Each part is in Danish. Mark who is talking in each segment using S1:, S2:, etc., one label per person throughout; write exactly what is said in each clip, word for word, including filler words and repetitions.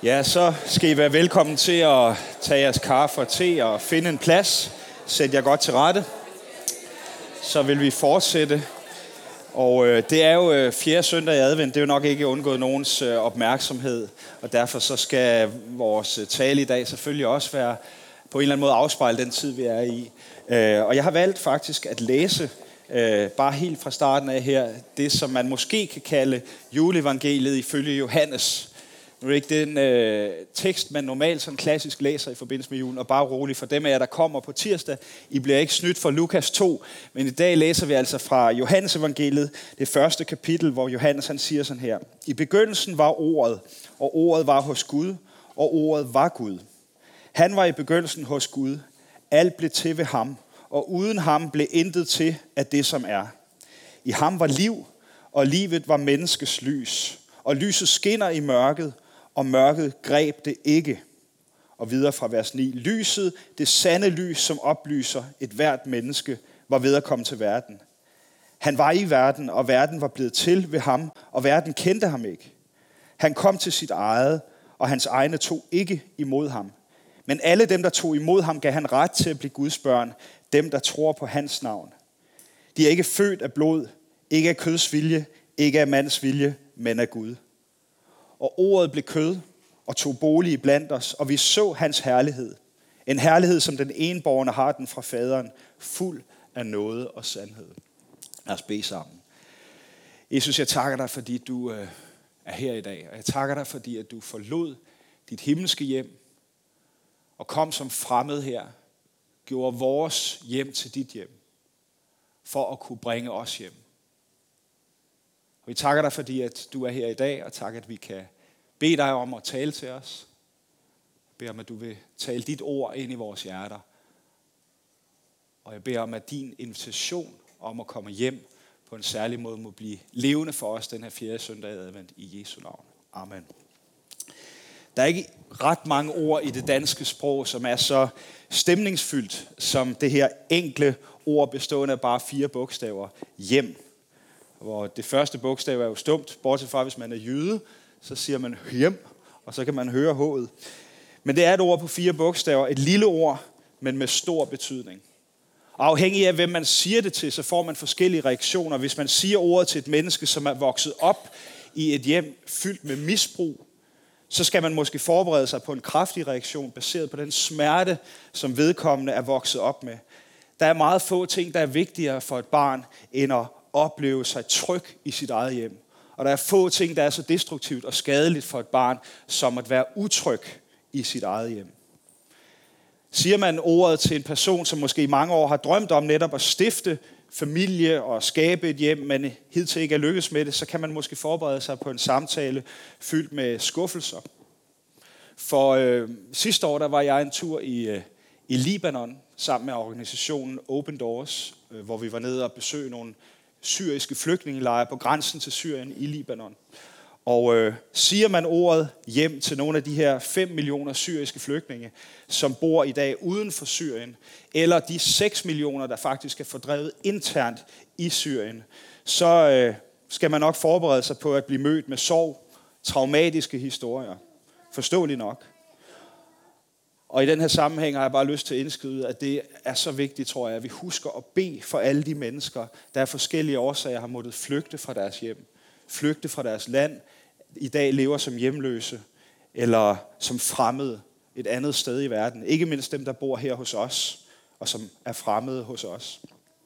S1: Ja, så skal I være velkommen til at tage jeres kaffe og te og finde en plads. Sæt jer godt til rette. Så vil vi fortsætte. Og øh, det er jo øh, fjerde søndag i advent. Det er jo nok ikke undgået nogens øh, opmærksomhed. Og derfor så skal vores øh, tale i dag selvfølgelig også være på en eller anden måde afspejle den tid, vi er i. Øh, og jeg har valgt faktisk at læse øh, bare helt fra starten af her, det som man måske kan kalde juleevangeliet ifølge Johannes. Nu er det ikke den øh, tekst, man normalt sådan klassisk læser i forbindelse med julen, og bare rolig for dem af jer, der kommer på tirsdag. I bliver ikke snydt for Lukas to, men i dag læser vi altså fra Johannes evangeliet, det første kapitel, hvor Johannes han siger sådan her. I begyndelsen var ordet, og ordet var hos Gud, og ordet var Gud. Han var i begyndelsen hos Gud. Alt blev til ved ham, og uden ham blev intet til af det, som er. I ham var liv, og livet var menneskets lys. Og lyset skinner i mørket, og mørket greb det ikke. Og videre fra vers ni. Lyset, det sande lys, som oplyser et hvert menneske, var ved at komme til verden. Han var i verden, og verden var blevet til ved ham, og verden kendte ham ikke. Han kom til sit eget, og hans egne tog ikke imod ham. Men alle dem, der tog imod ham, gav han ret til at blive Guds børn, dem, der tror på hans navn. De er ikke født af blod, ikke af køds vilje, ikke af mands vilje, men af Gud. Og ordet blev kød og tog bolig blandt os, og vi så hans herlighed. En herlighed, som den enbårne har den fra faderen, fuld af nåde og sandhed. Lad os bede sammen. Jesus, jeg takker dig, fordi du øh, er her i dag. Og jeg takker dig, fordi at du forlod dit himmelske hjem og kom som fremmed her. Gjorde vores hjem til dit hjem, for at kunne bringe os hjem. Og vi takker dig, fordi at du er her i dag, og tak, at vi kan bede dig om at tale til os. Jeg beder om, at du vil tale dit ord ind i vores hjerter. Og jeg beder om, at din invitation om at komme hjem på en særlig måde må blive levende for os den her fjerde søndag i advent i Jesu navn. Amen. Der er ikke ret mange ord i det danske sprog, som er så stemningsfyldt som det her enkle ord bestående af bare fire bogstaver. Hjem. Hvor det første bogstav er jo stumt, bortset fra hvis man er jyde, så siger man hjem, og så kan man høre h'et. Men det er et ord på fire bogstaver, et lille ord, men med stor betydning. Og afhængig af hvem man siger det til, så får man forskellige reaktioner. Hvis man siger ordet til et menneske, som er vokset op i et hjem fyldt med misbrug, så skal man måske forberede sig på en kraftig reaktion, baseret på den smerte, som vedkommende er vokset op med. Der er meget få ting, der er vigtigere for et barn, end at opleve sig tryg i sit eget hjem. Og der er få ting, der er så destruktivt og skadeligt for et barn, som at være utryg i sit eget hjem. Siger man ordet til en person, som måske i mange år har drømt om netop at stifte familie og skabe et hjem, men hidtil ikke er lykkes med det, så kan man måske forberede sig på en samtale fyldt med skuffelser. For øh, sidste år der var jeg en tur i, øh, i Libanon sammen med organisationen Open Doors, øh, hvor vi var nede og besøgte nogle syriske flygtningelejre på grænsen til Syrien i Libanon. Og øh, siger man ordet hjem til nogle af de her fem millioner syriske flygtninge, som bor i dag uden for Syrien, eller de seks millioner, der faktisk er fordrevet internt i Syrien, så øh, skal man nok forberede sig på at blive mødt med sorg, traumatiske historier. Forståeligt nok. Og i den her sammenhæng har jeg bare lyst til at indskyde, at det er så vigtigt, tror jeg, at vi husker at bede for alle de mennesker, der af forskellige årsager har måttet flygte fra deres hjem, flygte fra deres land, i dag lever som hjemløse eller som fremmede et andet sted i verden. Ikke mindst dem, der bor her hos os, og som er fremmede hos os.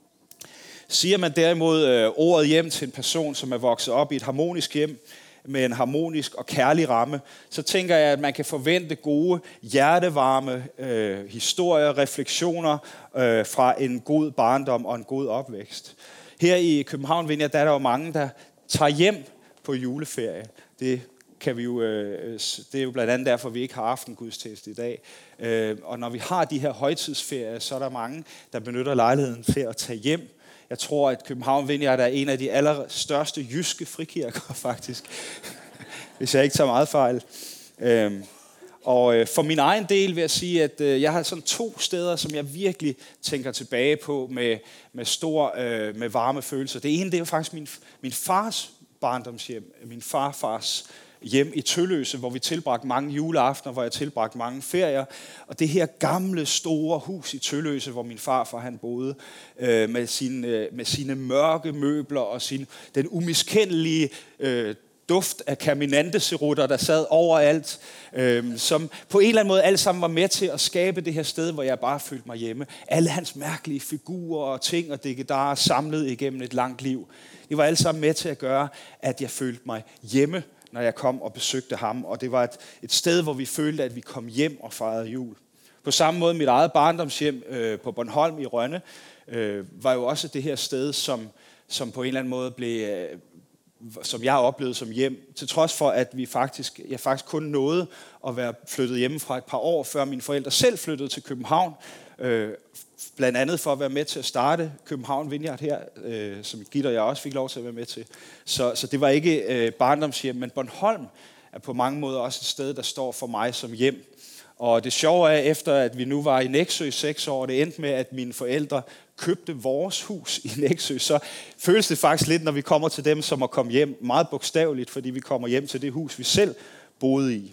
S1: Siger man derimod øh, ordet hjem til en person, som er vokset op i et harmonisk hjem, med en harmonisk og kærlig ramme, så tænker jeg, at man kan forvente gode, hjertevarme øh, historier, refleksioner øh, fra en god barndom og en god opvækst. Her i København, der er der jo mange, der tager hjem på juleferie. Det kan vi jo, øh, det er jo blandt andet derfor, vi ikke har aftengudstjeneste i dag. Øh, og når vi har de her højtidsferier, så er der mange, der benytter lejligheden til at tage hjem. Jeg tror, at København Vineyard er en af de allerstørste jyske frikirker, faktisk. Hvis jeg ikke tager meget fejl. Øhm, og for min egen del vil jeg sige, at jeg har sådan to steder, som jeg virkelig tænker tilbage på med, med stor, øh, med varme følelser. Det ene, det er jo faktisk min, min fars barndomshjem, min farfars hjem i Tølløse, hvor vi tilbragte mange juleaftener, hvor jeg tilbragte mange ferier. Og det her gamle, store hus i Tølløse, hvor min farfar han boede, øh, med, sine, øh, med sine mørke møbler og sin, den umiskendelige øh, duft af caminanteserutter, der sad overalt, øh, som på en eller anden måde alle sammen var med til at skabe det her sted, hvor jeg bare følte mig hjemme. Alle hans mærkelige figurer og ting og diggedarer samlet igennem et langt liv. Det var alle sammen med til at gøre, at jeg følte mig hjemme, når jeg kom og besøgte ham. Og det var et, et sted, hvor vi følte, at vi kom hjem og fejrede jul. På samme måde, mit eget barndomshjem øh, på Bornholm i Rønne, øh, var jo også det her sted, som, som på en eller anden måde blev... Øh, som jeg oplevede som hjem, til trods for, at vi faktisk, jeg faktisk kun nåede at være flyttet hjemmefra et par år, før mine forældre selv flyttede til København, øh, blandt andet for at være med til at starte København Vineyard her, øh, som Gitte og jeg også fik lov til at være med til. Så, så det var ikke øh, barndomshjem, men Bornholm er på mange måder også et sted, der står for mig som hjem. Og det sjove er, efter at vi nu var i Nexø i seks år, det endte med, at mine forældre købte vores hus i Nexø, så føles det faktisk lidt, når vi kommer til dem, som at komme hjem, meget bogstaveligt, fordi vi kommer hjem til det hus, vi selv boede i.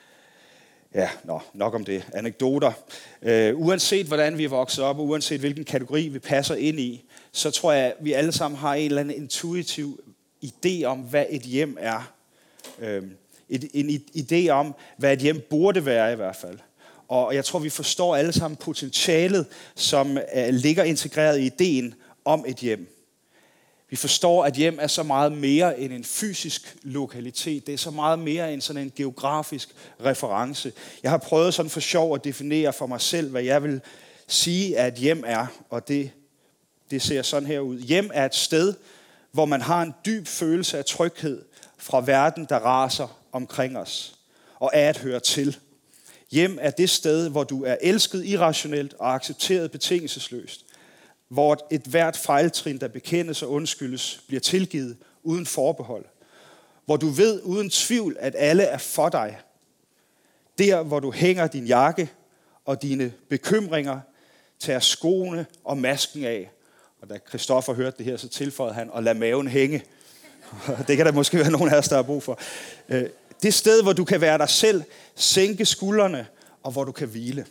S1: Ja, nå, nok om det. Anekdoter. Uh, uanset hvordan vi er vokset op, og uanset hvilken kategori vi passer ind i, så tror jeg, at vi alle sammen har en eller anden intuitiv idé om, hvad et hjem er. Uh, et, en idé om, hvad et hjem burde være i hvert fald. Og jeg tror, vi forstår alle sammen potentialet, som ligger integreret i ideen om et hjem. Vi forstår, at hjem er så meget mere end en fysisk lokalitet. Det er så meget mere end sådan en geografisk reference. Jeg har prøvet sådan for sjov at definere for mig selv, hvad jeg vil sige, at et hjem er. Og det, det ser sådan her ud. Hjem er et sted, hvor man har en dyb følelse af tryghed fra verden, der raser omkring os. Og er at høre til. Hjem er det sted, hvor du er elsket irrationelt og accepteret betingelsesløst. Hvor et hvert fejltrin, der bekendes og undskyldes, bliver tilgivet uden forbehold. Hvor du ved uden tvivl, at alle er for dig. Der, hvor du hænger din jakke og dine bekymringer, tager skoene og masken af. Og da Christoffer hørte det her, så tilføjede han, og lad maven hænge. Det kan der måske være nogen af os, der har brug for. Det sted, hvor du kan være dig selv, sænke skuldrene, og hvor du kan hvile.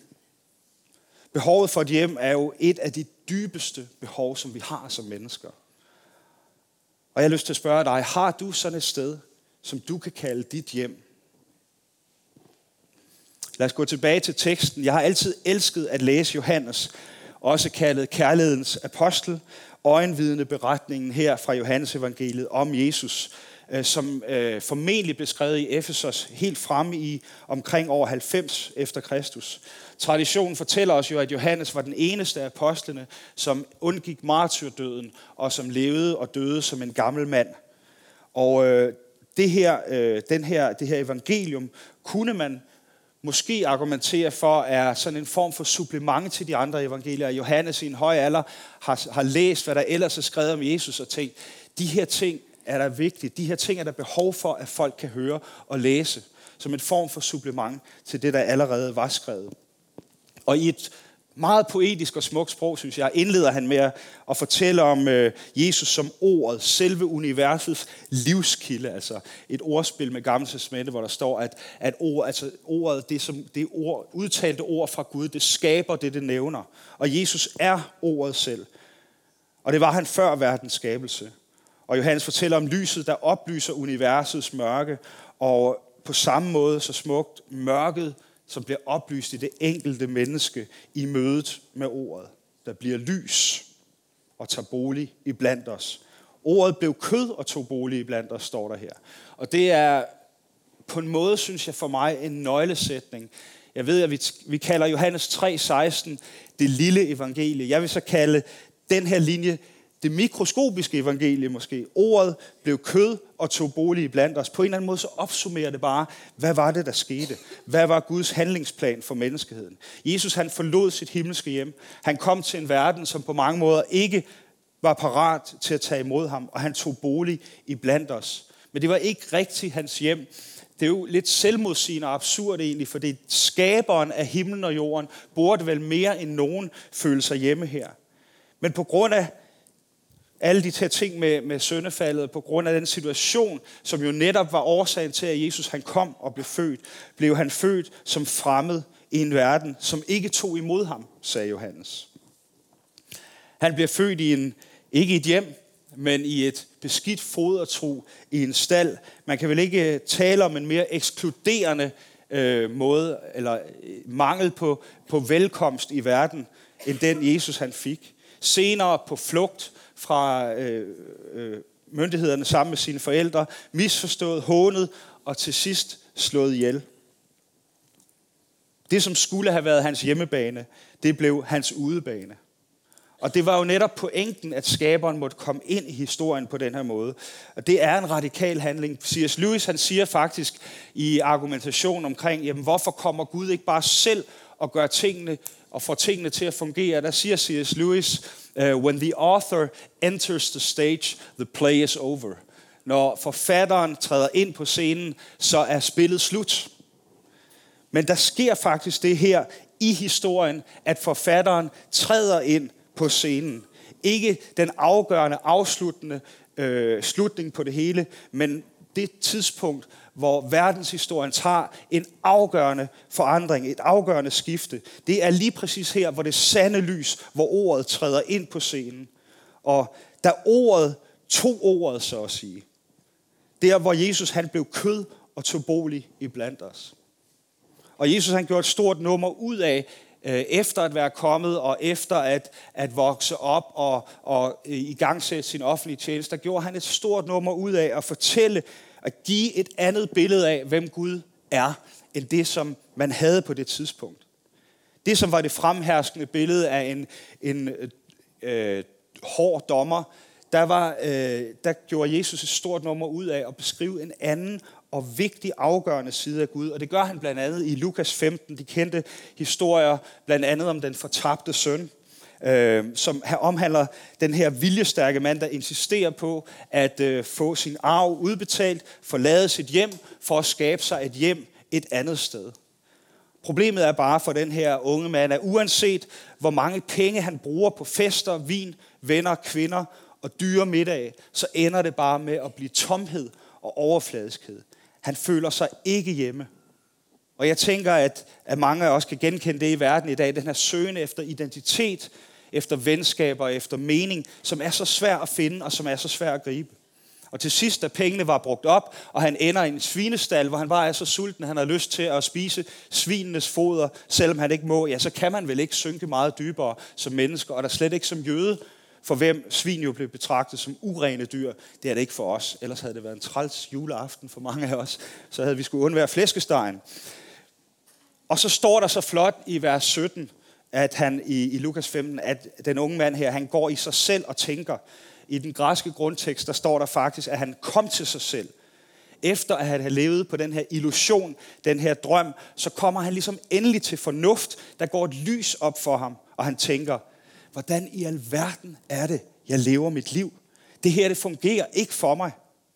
S1: Behovet for et hjem er jo et af de dybeste behov, som vi har som mennesker. Og jeg har lyst til at spørge dig, har du sådan et sted, som du kan kalde dit hjem? Lad os gå tilbage til teksten. Jeg har altid elsket at læse Johannes, også kaldet kærlighedens apostel, øjenvidende beretningen her fra Johannes evangeliet om Jesus, som øh, formentlig blev skrevet i Efesos helt fremme i omkring år halvfems efter Kristus. Traditionen fortæller os jo, at Johannes var den eneste af apostlene, som undgik martyrdøden og som levede og døde som en gammel mand. Og øh, det, her, øh, den her, det her evangelium kunne man måske argumentere for, er sådan en form for supplement til de andre evangelier. Johannes i en høj alder har, har læst, hvad der ellers er skrevet om Jesus og tænkt, de her ting er der vigtigt. De her ting er der behov for, at folk kan høre og læse, som en form for supplement til det, der allerede var skrevet. Og i et meget poetisk og smukt sprog, synes jeg, indleder han med at fortælle om Jesus som ordet, selve universets livskilde, altså et ordspil med Gamle Testamente, hvor der står, at, at ord, altså ordet, det, som, det ord, udtalte ord fra Gud, det skaber det, det nævner. Og Jesus er ordet selv. Og det var han før verdens skabelse. Og Johannes fortæller om lyset, der oplyser universets mørke, og på samme måde så smukt mørket, som bliver oplyst i det enkelte menneske i mødet med ordet. Der bliver lys og tager bolig i blandt os. Ordet blev kød og tog bolig i blandt os, står der her. Og det er på en måde, synes jeg for mig, en nøglesætning. Jeg ved, at vi, vi kalder Johannes tre seksten det lille evangelie. Jeg vil så kalde den her linje det mikroskopiske evangelie måske. Ordet blev kød og tog bolig blandt os. På en eller anden måde så opsummerer det bare, hvad var det, der skete? Hvad var Guds handlingsplan for menneskeheden? Jesus, han forlod sit himmelske hjem. Han kom til en verden, som på mange måder ikke var parat til at tage imod ham, og han tog bolig i blandt os. Men det var ikke rigtigt hans hjem. Det er jo lidt selvmodsigende og absurd egentlig, fordi skaberen af himlen og jorden burde vel mere end nogen føle sig hjemme her. Men på grund af alle de her ting med, med syndefaldet, på grund af den situation, som jo netop var årsagen til, at Jesus han kom og blev født, blev han født som fremmed i en verden, som ikke tog imod ham, sagde Johannes. Han bliver født i en, ikke i et hjem, men i et beskidt fodertro i en stald. Man kan vel ikke tale om en mere ekskluderende øh, måde, eller mangel på, på velkomst i verden, end den Jesus han fik. Senere på flugt fra øh, øh, myndighederne sammen med sine forældre, misforstået, hånet og til sidst slået ihjel. Det, som skulle have været hans hjemmebane, det blev hans udebane. Og det var jo netop pointen, at skaberen måtte komme ind i historien på den her måde. Og det er en radikal handling. C S Lewis han siger faktisk i argumentation omkring, jamen hvorfor kommer Gud ikke bare selv og gør tingene og får tingene til at fungere? Der siger C S Lewis, uh, when the author enters the stage, the play is over. Når forfatteren træder ind på scenen, så er spillet slut. Men der sker faktisk det her i historien, at forfatteren træder ind på scenen. Ikke den afgørende, afsluttende øh, slutning på det hele, men det tidspunkt, hvor verdenshistorien tager en afgørende forandring, et afgørende skifte. Det er lige præcis her, hvor det sande lys, hvor ordet træder ind på scenen. Og da ordet tog ordet, så at sige, der hvor Jesus han blev kød og tog bolig iblandt os. Og Jesus han gjorde et stort nummer ud af, efter at være kommet og efter at, at vokse op og, og i gang sætte sin offentlige tjeneste, der gjorde han et stort nummer ud af at fortælle, at give et andet billede af, hvem Gud er, end det, som man havde på det tidspunkt. Det, som var det fremherskende billede af en, en øh, hård dommer, der, var, øh, der gjorde Jesus et stort nummer ud af at beskrive en anden og vigtig afgørende side af Gud. Og det gør han blandt andet i Lukas femten, de kendte historier, blandt andet om den fortabte søn, øh, som omhandler den her viljestærke mand, der insisterer på at øh, få sin arv udbetalt, forlade sit hjem for at skabe sig et hjem et andet sted. Problemet er bare for den her unge mand, at uanset hvor mange penge han bruger på fester, vin, venner, kvinder og dyre middage, så ender det bare med at blive tomhed og overfladiskhed. Han føler sig ikke hjemme. Og jeg tænker, at, at mange af os kan genkende det i verden i dag, den her søgen efter identitet, efter venskaber, efter mening, som er så svær at finde og som er så svær at gribe. Og til sidst, da pengene var brugt op, og han ender i en svinestal, hvor han bare er så sulten, han har lyst til at spise svinenes foder, selvom han ikke må, ja, så kan man vel ikke synke meget dybere som mennesker, og der slet ikke som jøde, for hvem svin jo blev betragtet som urene dyr. Det er det ikke for os. Ellers havde det været en træls juleaften for mange af os. Så havde vi skulle undvære flæskestegen. Og så står der så flot i vers sytten, at han i, i Lukas femten, at den unge mand her, han går i sig selv og tænker. I den græske grundtekst, der står der faktisk, at han kom til sig selv. Efter at have levet på den her illusion, den her drøm, så kommer han ligesom endelig til fornuft. Der går et lys op for ham, og han tænker, hvordan i alverden er det, jeg lever mit liv? Det her, det fungerer ikke for mig.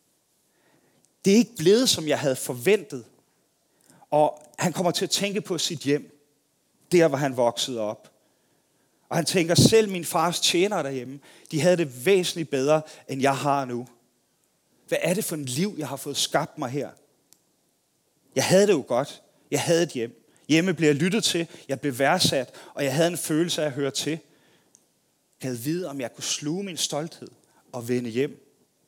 S1: Det er ikke blevet, som jeg havde forventet. Og han kommer til at tænke på sit hjem, der hvor han voksede op. Og han tænker, selv min fars tjenere derhjemme, de havde det væsentligt bedre, end jeg har nu. Hvad er det for et liv, jeg har fået skabt mig her? Jeg havde det jo godt. Jeg havde et hjem. Hjemme blev jeg lyttet til, jeg blev værdsat, og jeg havde en følelse af at høre til. Jeg havde vide, om jeg kunne sluge min stolthed og vende hjem.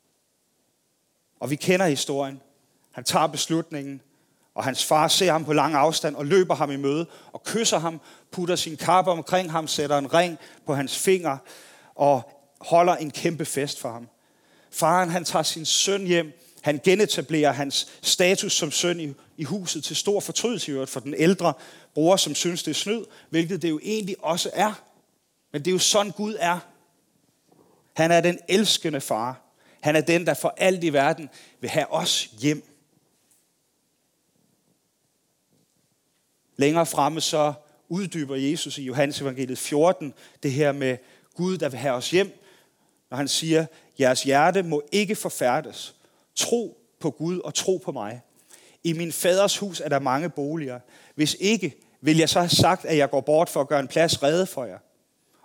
S1: Og vi kender historien. Han tager beslutningen, og hans far ser ham på lang afstand og løber ham i møde og kysser ham, putter sin kappe omkring ham, sætter en ring på hans finger og holder en kæmpe fest for ham. Faren han tager sin søn hjem. Han genetablerer hans status som søn i, i huset til stor fortrydelse for den ældre bror, som synes det er snyd, hvilket det jo egentlig også er. Men det er jo sådan Gud er. Han er den elskende far. Han er den, der for alt i verden vil have os hjem. Længere fremme så uddyber Jesus i Johannes evangeliet fjorten det her med Gud, der vil have os hjem, når han siger, jeres hjerte må ikke forfærdes. Tro på Gud og tro på mig. I min faders hus er der mange boliger. Hvis ikke, vil jeg så have sagt, at jeg går bort for at gøre en plads rede for jer.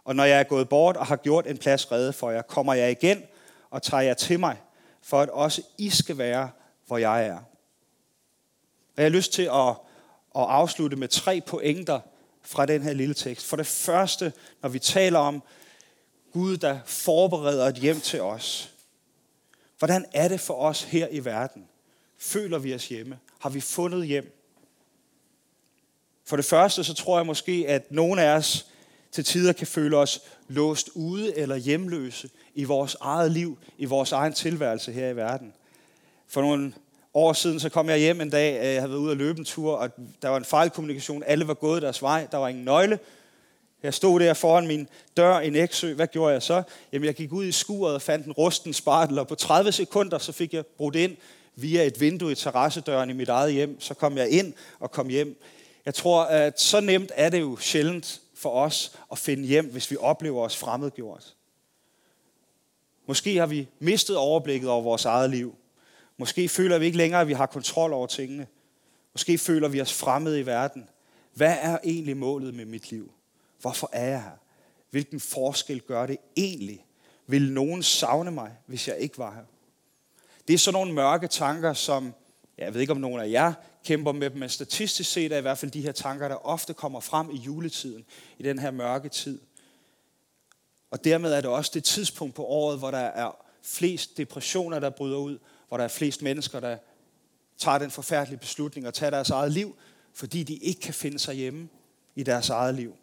S1: Og når jeg er gået bort og har gjort en plads rede for jer, kommer jeg igen og tager jer til mig, for at også I skal være, hvor jeg er. Og jeg har lyst til at, at afslutte med tre pointer fra den her lille tekst. For det første, når vi taler om Gud, der forbereder et hjem til os. Hvordan er det for os her i verden? Føler vi os hjemme? Har vi fundet hjem? For det første, så tror jeg måske, at nogle af os til tider kan føle os låst ude eller hjemløse i vores eget liv, i vores egen tilværelse her i verden. For nogle år siden, så kom jeg hjem en dag, jeg havde været ude at løbe en tur, og der var en fejlkommunikation, alle var gået deres vej, der var ingen nøgle. Jeg stod der foran min dør i Nexø. Hvad gjorde jeg så? Jamen, jeg gik ud i skuret og fandt en rusten spartel, og på tredive sekunder, så fik jeg brudt ind via et vindue i terrassedøren i mit eget hjem. Så kom jeg ind og kom hjem. Jeg tror, at så nemt er det jo sjældent for os at finde hjem, hvis vi oplever os fremmedgjort. Måske har vi mistet overblikket over vores eget liv. Måske føler vi ikke længere, at vi har kontrol over tingene. Måske føler vi os fremmede i verden. Hvad er egentlig målet med mit liv? Hvorfor er jeg her? Hvilken forskel gør det egentlig? Vil nogen savne mig, hvis jeg ikke var her? Det er sådan nogle mørke tanker, som, jeg ved ikke om nogen af jer kæmper med dem, men statistisk set er i hvert fald de her tanker, der ofte kommer frem i juletiden, i den her mørke tid. Og dermed er det også det tidspunkt på året, hvor der er flest depressioner, der bryder ud, hvor der er flest mennesker, der tager den forfærdelige beslutning at tage deres eget liv, fordi de ikke kan finde sig hjemme i deres eget liv.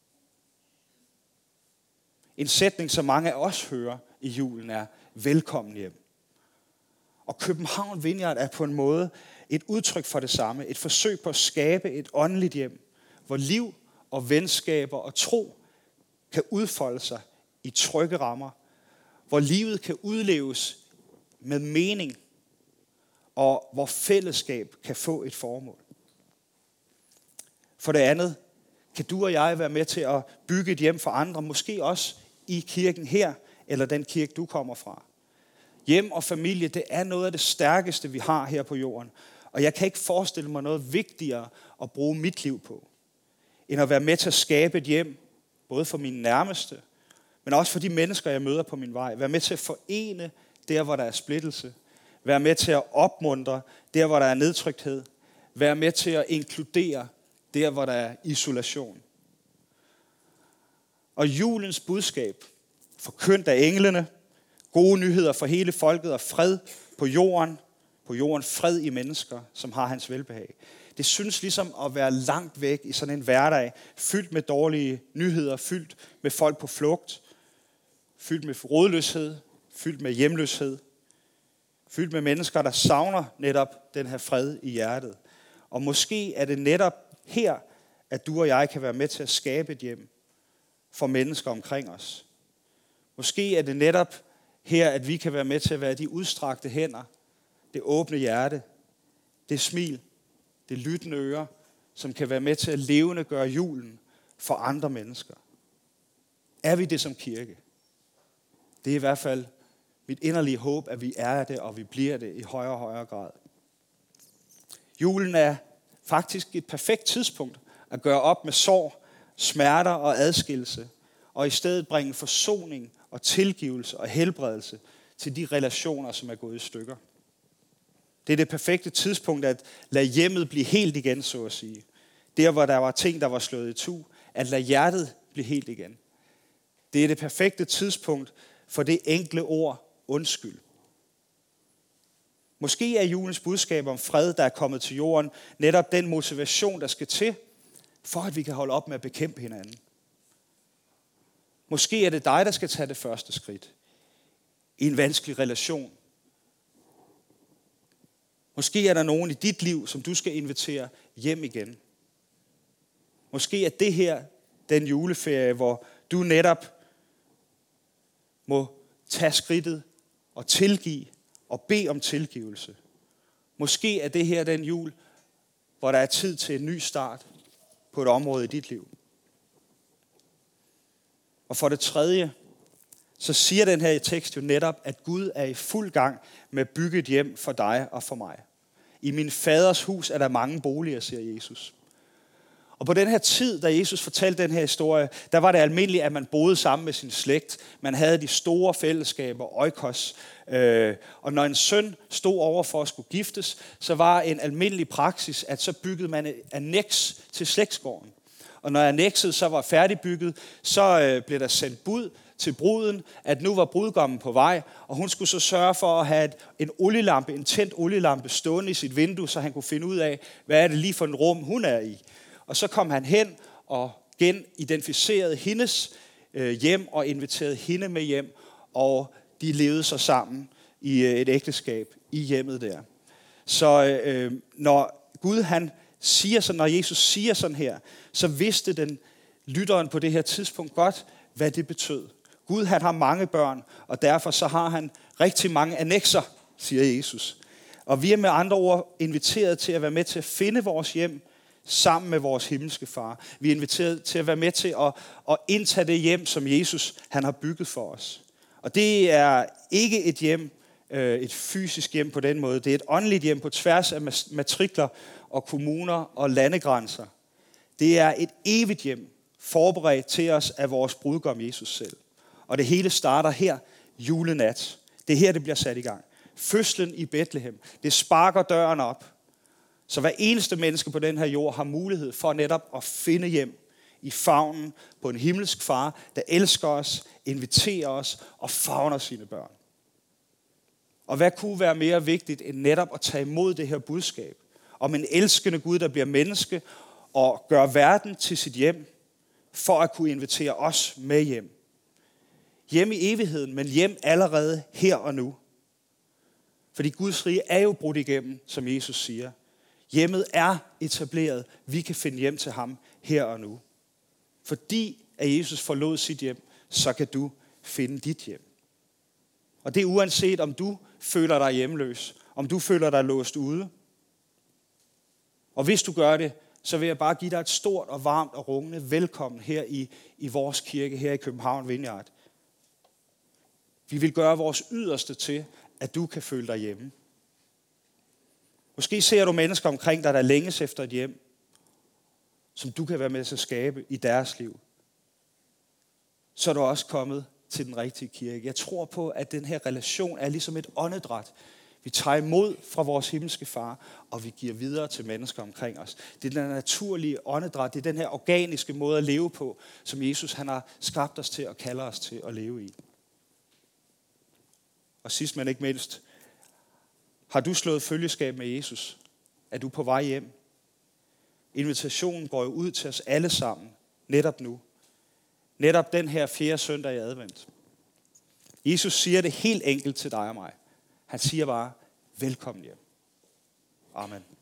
S1: En sætning, som mange af os hører i julen, er velkommen hjem. Og København Vineyard er på en måde et udtryk for det samme. Et forsøg på at skabe et åndeligt hjem, hvor liv og venskaber og tro kan udfolde sig i trygge rammer. Hvor livet kan udleves med mening, og hvor fællesskab kan få et formål. For det andet, kan du og jeg være med til at bygge et hjem for andre, måske også i kirken her, eller den kirke, du kommer fra. Hjem og familie, det er noget af det stærkeste, vi har her på jorden. Og jeg kan ikke forestille mig noget vigtigere at bruge mit liv på, end at være med til at skabe et hjem, både for mine nærmeste, men også for de mennesker, jeg møder på min vej. Være med til at forene der, hvor der er splittelse. Være med til at opmuntre der, hvor der er nedtrykthed. Være med til at inkludere der, hvor der er isolation. Og julens budskab, forkyndt af englene, gode nyheder for hele folket og fred på jorden, på jorden fred i mennesker, som har hans velbehag. Det synes ligesom at være langt væk i sådan en hverdag, fyldt med dårlige nyheder, fyldt med folk på flugt, fyldt med rodløshed, fyldt med hjemløshed, fyldt med mennesker, der savner netop den her fred i hjertet. Og måske er det netop her, at du og jeg kan være med til at skabe et hjem for mennesker omkring os. Måske er det netop her, at vi kan være med til at være de udstrakte hænder, det åbne hjerte, det smil, det lyttende øre, som kan være med til at levende gøre julen for andre mennesker. Er vi det som kirke? Det er i hvert fald mit inderlige håb, at vi er det, og vi bliver det i højere og højere grad. Julen er faktisk et perfekt tidspunkt at gøre op med sorg, smerter og adskillelse, og i stedet bringe forsoning og tilgivelse og helbredelse til de relationer, som er gået i stykker. Det er det perfekte tidspunkt at lade hjemmet blive helt igen, så at sige. Der, hvor der var ting, der var slået i tu, at lade hjertet blive helt igen. Det er det perfekte tidspunkt for det enkle ord, undskyld. Måske er julens budskab om fred, der er kommet til jorden, netop den motivation, der skal til, for at vi kan holde op med at bekæmpe hinanden. Måske er det dig, der skal tage det første skridt i en vanskelig relation. Måske er der nogen i dit liv, som du skal invitere hjem igen. Måske er det her den juleferie, hvor du netop må tage skridtet og tilgive og bede om tilgivelse. Måske er det her den jul, hvor der er tid til en ny start på et område i dit liv. Og for det tredje, så siger den her tekst jo netop, at Gud er i fuld gang med at bygge et hjem for dig og for mig. I min faders hus er der mange boliger, siger Jesus. Og på den her tid, da Jesus fortalte den her historie, der var det almindeligt, at man boede sammen med sin slægt. Man havde de store fællesskaber, oikos. Øh, og når en søn stod over for at skulle giftes, så var en almindelig praksis, at så byggede man et anneks til slægtsgården. Og når annekset så var færdigbygget, så øh, blev der sendt bud til bruden, at nu var brudgommen på vej, og hun skulle så sørge for at have en olielampe, en tændt olielampe stående i sit vindue, så han kunne finde ud af, hvad er det lige for en rum, hun er i. Og så kom han hen og genidentificerede hendes øh, hjem og inviterede hende med hjem, og de levede så sammen i øh, et ægteskab i hjemmet der. Så øh, når Gud han siger sådan, når Jesus siger sådan her, så vidste den lytteren på det her tidspunkt godt, hvad det betød. Gud han har mange børn, og derfor så har han rigtig mange annekser, siger Jesus. Og vi er med andre ord inviteret til at være med til at finde vores hjem sammen med vores himmelske far. Vi er inviteret til at være med til at, at indtage det hjem, som Jesus han har bygget for os. Og det er ikke et hjem, et fysisk hjem på den måde. Det er et åndeligt hjem på tværs af matrikler og kommuner og landegrænser. Det er et evigt hjem, forberedt til os af vores brudgom Jesus selv. Og det hele starter her julenat. Det er her, det bliver sat i gang. Fødslen i Bethlehem. Det sparker døren op. Så hver eneste menneske på den her jord har mulighed for netop at finde hjem i favnen på en himmelsk far, der elsker os, inviterer os og favner sine børn. Og hvad kunne være mere vigtigt end netop at tage imod det her budskab om en elskende Gud, der bliver menneske og gør verden til sit hjem, for at kunne invitere os med hjem. Hjem i evigheden, men hjem allerede her og nu. Fordi Guds rige er jo brudt igennem, som Jesus siger. Hjemmet er etableret. Vi kan finde hjem til ham her og nu. Fordi at Jesus forlod sit hjem, så kan du finde dit hjem. Og det er uanset om du føler dig hjemløs, om du føler dig låst ude. Og hvis du gør det, så vil jeg bare give dig et stort og varmt og rungende velkommen her i, i vores kirke, her i København Vineyard. Vi vil gøre vores yderste til, at du kan føle dig hjemme. Måske ser du mennesker omkring dig, der længes efter et hjem, som du kan være med til at skabe i deres liv. Så er du også kommet til den rigtige kirke. Jeg tror på, at den her relation er ligesom et åndedræt. Vi tager imod fra vores himmelske far, og vi giver videre til mennesker omkring os. Det er den naturlige åndedræt, det er den her organiske måde at leve på, som Jesus han har skabt os til og kalder os til at leve i. Og sidst men ikke mindst, har du slået følgeskab med Jesus? Er du på vej hjem? Invitationen går jo ud til os alle sammen, netop nu. Netop den her fjerde søndag i advent. Jesus siger det helt enkelt til dig og mig. Han siger bare, velkommen hjem. Amen.